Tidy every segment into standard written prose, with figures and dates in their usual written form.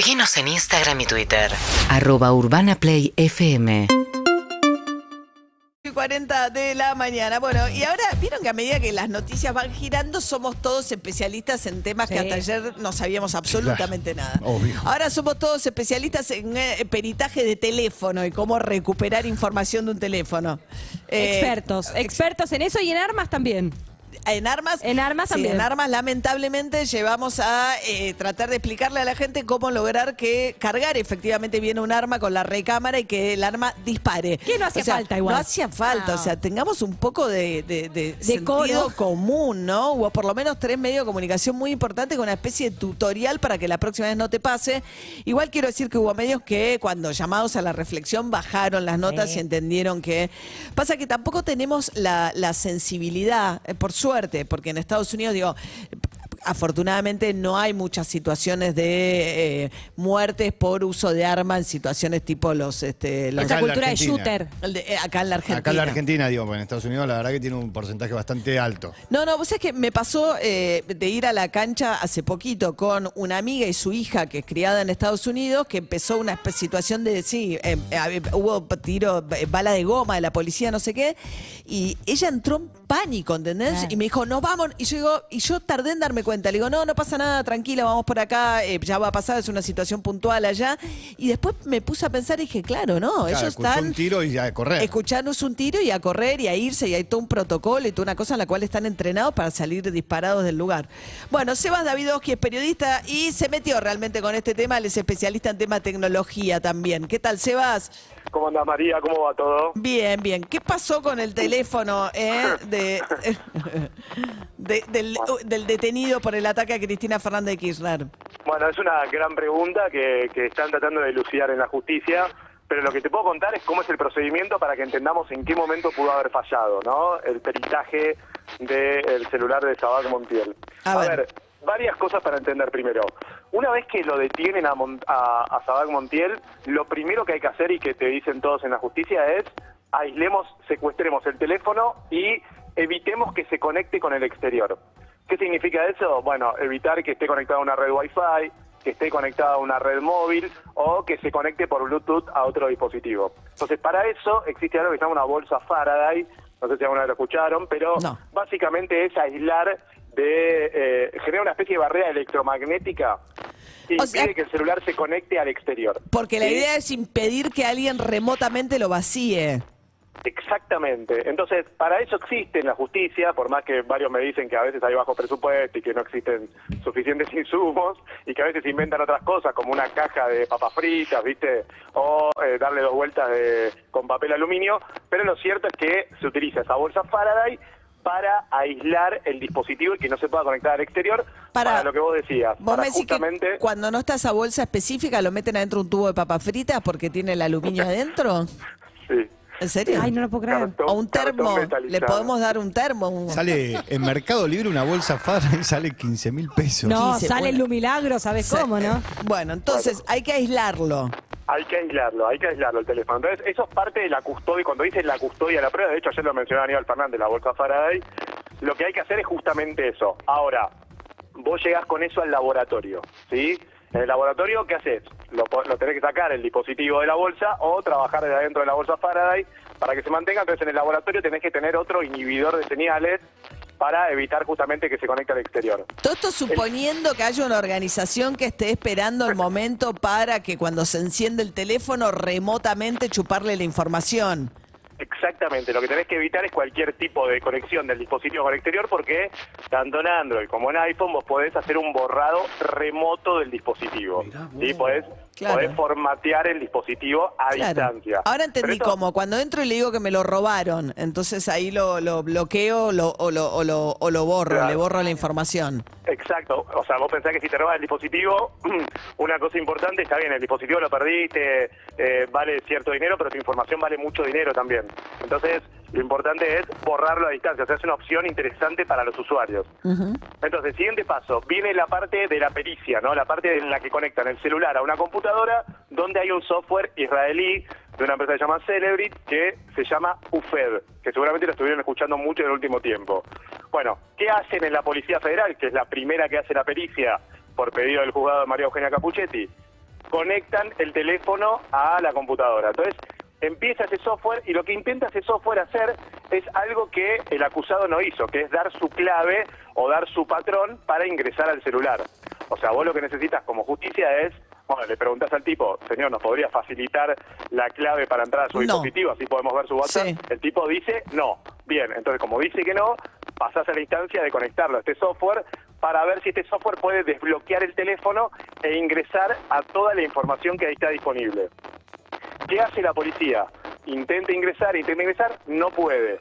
Seguinos en Instagram y Twitter. @urbanaplayfm. 40 de la mañana. Bueno, y ahora vieron que a medida que las noticias van girando, somos todos especialistas en temas que hasta ayer no sabíamos absolutamente nada. Obvio. Ahora somos todos especialistas en peritaje de teléfono y cómo recuperar información de un teléfono. Expertos en eso y en armas también. En armas. En armas sí, también. En armas, lamentablemente, llevamos a tratar de explicarle a la gente cómo lograr que cargar efectivamente bien un arma con la recámara y que el arma dispare. Que no hacía falta igual. No hacía falta, No. O sea, tengamos un poco de sentido común, ¿no? O por lo menos 3 medios de comunicación muy importantes con una especie de tutorial para que la próxima vez no te pase. Igual quiero decir que hubo medios que cuando llamados a la reflexión bajaron las notas y entendieron que... Pasa que tampoco tenemos la sensibilidad, por suerte, porque en Estados Unidos, digo, afortunadamente no hay muchas situaciones de muertes por uso de armas en situaciones tipo los Esa cultura de shooter. acá en la Argentina. Acá en la Argentina, digo, porque en Estados Unidos la verdad que tiene un porcentaje bastante alto. No, vos sabés que me pasó de ir a la cancha hace poquito con una amiga y su hija que es criada en Estados Unidos, que empezó una situación de, hubo tiro, bala de goma de la policía, no sé qué, y ella entró en pánico, ¿entendés? Claro. Y me dijo, nos vamos, y yo tardé en darme cuenta, le digo, no pasa nada, tranquila, vamos por acá, ya va a pasar, es una situación puntual allá, y después me puse a pensar y dije, claro, Claro, ellos escuchó están... un tiro y ya a correr. Escucharnos un tiro y a correr y a irse, y hay todo un protocolo y toda una cosa en la cual están entrenados para salir disparados del lugar. Bueno, Sebas Davidovsky es periodista y se metió realmente con este tema, él es especialista en tema tecnología también. ¿Qué tal, Sebas? ¿Cómo anda, María? ¿Cómo va todo? Bien. ¿Qué pasó con el teléfono del detenido por el ataque a Cristina Fernández de Kirchner? Bueno, es una gran pregunta que están tratando de elucidar en la justicia, pero lo que te puedo contar es cómo es el procedimiento para que entendamos en qué momento pudo haber fallado, ¿no? El peritaje del celular de Sabac Montiel. A ver. Varias cosas para entender primero. Una vez que lo detienen a Sabac Montiel, lo primero que hay que hacer y que te dicen todos en la justicia es secuestremos el teléfono y evitemos que se conecte con el exterior. ¿Qué significa eso? Bueno, evitar que esté conectado a una red Wi-Fi, que esté conectado a una red móvil o que se conecte por Bluetooth a otro dispositivo. Entonces, para eso existe algo que se llama una bolsa Faraday, no sé si alguna vez lo escucharon, pero básicamente es aislar genera una especie de barrera electromagnética que impide que el celular se conecte al exterior. Porque la idea es impedir que alguien remotamente lo vacíe. Exactamente. Entonces, para eso existe en la justicia, por más que varios me dicen que a veces hay bajo presupuesto y que no existen suficientes insumos y que a veces inventan otras cosas como una caja de papas fritas, ¿viste? O darle 2 vueltas con papel aluminio, pero lo cierto es que se utiliza esa bolsa Faraday para aislar el dispositivo y que no se pueda conectar al exterior, para lo que vos decías. Vos me decís justamente... que cuando no está esa bolsa específica lo meten adentro un tubo de papas fritas porque tiene el aluminio adentro. Sí. ¿En serio? Ay, no lo puedo creer. O un termo. Le podemos dar un termo. Sale en Mercado Libre una bolsa Faraday y sale 15.000 pesos. No, 15, sale bueno. el Lumilagro, ¿sabes cómo, no? Bueno, entonces hay que aislarlo. Hay que aislarlo el teléfono. Entonces, eso es parte de la custodia. Cuando dicen la custodia de la prueba, de hecho ayer lo mencionaba Aníbal Fernández, la bolsa Faraday, lo que hay que hacer es justamente eso. Ahora, vos llegás con eso al laboratorio, ¿sí? En el laboratorio, ¿qué haces? Lo tenés que sacar el dispositivo de la bolsa o trabajar desde adentro de la bolsa Faraday para que se mantenga. Entonces, en el laboratorio tenés que tener otro inhibidor de señales para evitar justamente que se conecte al exterior. Todo esto suponiendo que haya una organización que esté esperando el momento para que cuando se enciende el teléfono remotamente chuparle la información. Exactamente, lo que tenés que evitar es cualquier tipo de conexión del dispositivo con el exterior porque tanto en Android como en iPhone vos podés hacer un borrado remoto del dispositivo. ¿Sí? Podés formatear el dispositivo a distancia. Ahora entendí cómo. Cuando entro y le digo que me lo robaron, entonces ahí lo bloqueo o lo borro, le borro la información. Exacto, o sea, vos pensás que si te robas el dispositivo, una cosa importante, está bien, el dispositivo lo perdiste, vale cierto dinero, pero tu información vale mucho dinero también. Entonces, lo importante es borrarlo a distancia, o sea, es una opción interesante para los usuarios. Entonces, siguiente paso, viene la parte de la pericia, ¿no? La parte en la que conectan el celular a una computadora, donde hay un software israelí de una empresa que se llama Celebrit, que se llama UFED, que seguramente lo estuvieron escuchando mucho en el último tiempo. Bueno, ¿qué hacen en la Policía Federal, que es la primera que hace la pericia por pedido del juzgado de María Eugenia Capuchetti? conectan el teléfono a la computadora. Entonces, empieza ese software y lo que intenta ese software hacer es algo que el acusado no hizo, que es dar su clave o dar su patrón para ingresar al celular. O sea, vos lo que necesitas como justicia es, bueno, le preguntás al tipo, señor, ¿nos podría facilitar la clave para entrar a su dispositivo? Así podemos ver su WhatsApp. Sí. El tipo dice no. Bien, entonces como dice que no, pasás a la instancia de conectarlo a este software para ver si este software puede desbloquear el teléfono e ingresar a toda la información que ahí está disponible. ¿Qué hace la policía? Intenta ingresar, no puede.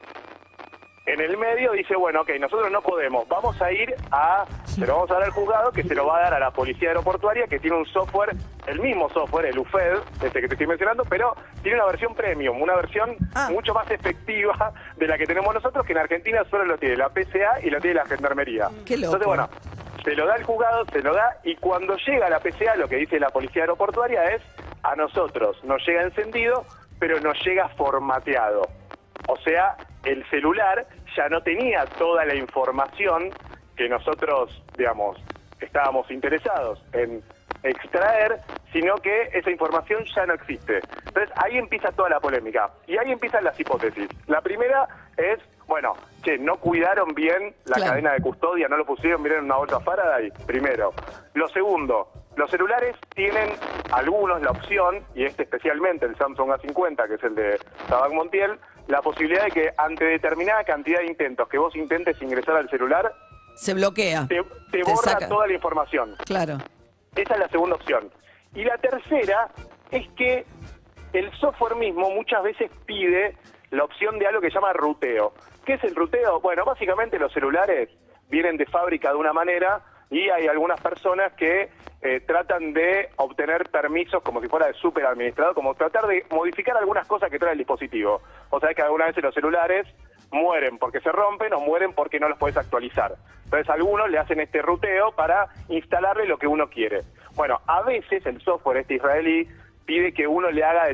En el medio dice, bueno, ok, nosotros no podemos, vamos a ir se lo vamos a dar al juzgado, que se lo va a dar a la policía aeroportuaria, que tiene un software, el mismo software, el UFED, este que te estoy mencionando, pero tiene una versión premium, una versión mucho más efectiva de la que tenemos nosotros, que en Argentina solo lo tiene la PCA y lo tiene la Gendarmería. Qué loco. Entonces, bueno, se lo da al juzgado, se lo da, y cuando llega a la PCA, lo que dice la policía aeroportuaria es, a nosotros nos llega encendido, pero nos llega formateado. O sea, el celular ya no tenía toda la información que nosotros, digamos, estábamos interesados en extraer, sino que esa información ya no existe. Entonces, ahí empieza toda la polémica. Y ahí empiezan las hipótesis. La primera es, bueno, no cuidaron bien la cadena de custodia, no lo pusieron bien en una bolsa Faraday, primero. Lo segundo, los celulares tienen algunos la opción, y especialmente el Samsung A50, que es el de Sabac Montiel, la posibilidad de que ante determinada cantidad de intentos que vos intentes ingresar al celular, se bloquea. Te borra toda la información. Claro. Esa es la segunda opción. Y la tercera es que el software mismo muchas veces pide la opción de algo que se llama ruteo. ¿Qué es el ruteo? Bueno, básicamente los celulares vienen de fábrica de una manera y hay algunas personas que tratan de obtener permisos como si fuera de súper administrador, como tratar de modificar algunas cosas que trae el dispositivo. O sea, que algunas veces los celulares mueren porque se rompen o mueren porque no los podés actualizar. Entonces algunos le hacen este ruteo para instalarle lo que uno quiere. Bueno, a veces el software israelí pide que uno le haga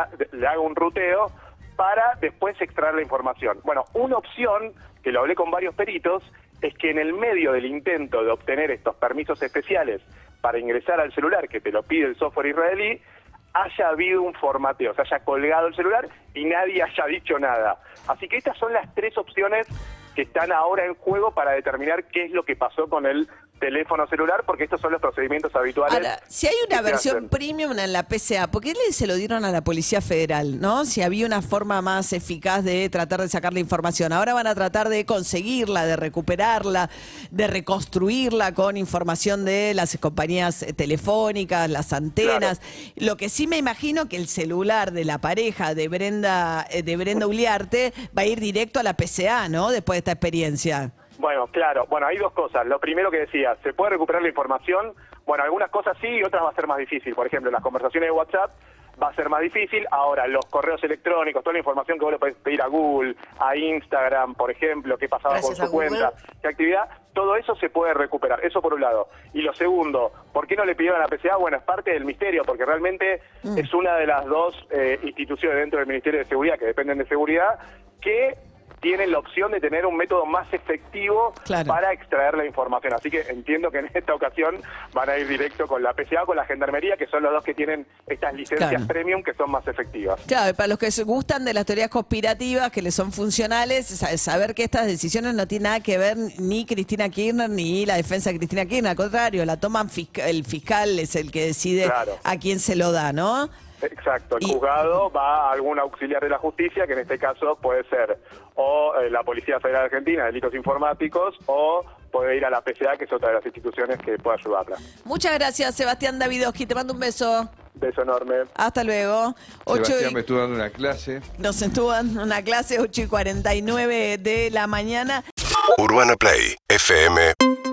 un ruteo para después extraer la información. Bueno, una opción, que lo hablé con varios peritos, es que en el medio del intento de obtener estos permisos especiales para ingresar al celular, que te lo pide el software israelí, haya habido un formateo, se haya colgado el celular y nadie haya dicho nada. Así que estas son las tres opciones que están ahora en juego para determinar qué es lo que pasó con el teléfono celular, porque estos son los procedimientos habituales. Ahora, si hay una versión premium en la PCA, ¿por qué se lo dieron a la Policía Federal? ¿No? Si había una forma más eficaz de tratar de sacar la información. Ahora van a tratar de conseguirla, de recuperarla, de reconstruirla con información de las compañías telefónicas, las antenas. Claro. Lo que sí me imagino que el celular de la pareja de Brenda Uliarte va a ir directo a la PCA, ¿no? Después de esta experiencia. Bueno, claro. Bueno, hay dos cosas. Lo primero que decía, ¿se puede recuperar la información? Bueno, algunas cosas sí y otras va a ser más difícil. Por ejemplo, las conversaciones de WhatsApp va a ser más difícil. Ahora, los correos electrónicos, toda la información que vos le podés pedir a Google, a Instagram, por ejemplo, qué pasaba con su cuenta, qué actividad, todo eso se puede recuperar. Eso por un lado. Y lo segundo, ¿por qué no le pidieron a la PCA? Bueno, es parte del misterio, porque realmente es una de las dos instituciones dentro del Ministerio de Seguridad, que dependen de seguridad, que tienen la opción de tener un método más efectivo para extraer la información. Así que entiendo que en esta ocasión van a ir directo con la PCA o con la Gendarmería, que son los dos que tienen estas licencias premium que son más efectivas. Claro, y para los que se gustan de las teorías conspirativas, que les son funcionales, saber que estas decisiones no tienen nada que ver ni Cristina Kirchner ni la defensa de Cristina Kirchner. Al contrario, la toman el fiscal, es el que decide a quién se lo da, ¿no? Exacto, el juzgado va a algún auxiliar de la justicia, que en este caso puede ser o la Policía Federal Argentina, delitos informáticos, o puede ir a la PCA, que es otra de las instituciones que puede ayudarla. Muchas gracias, Sebastián Davidovsky, te mando un beso. Beso enorme. Hasta luego. Sebastián me estuvo dando una clase. Nos estuvo dando una clase, 8:49 de la mañana. UrbanaPlay, FM.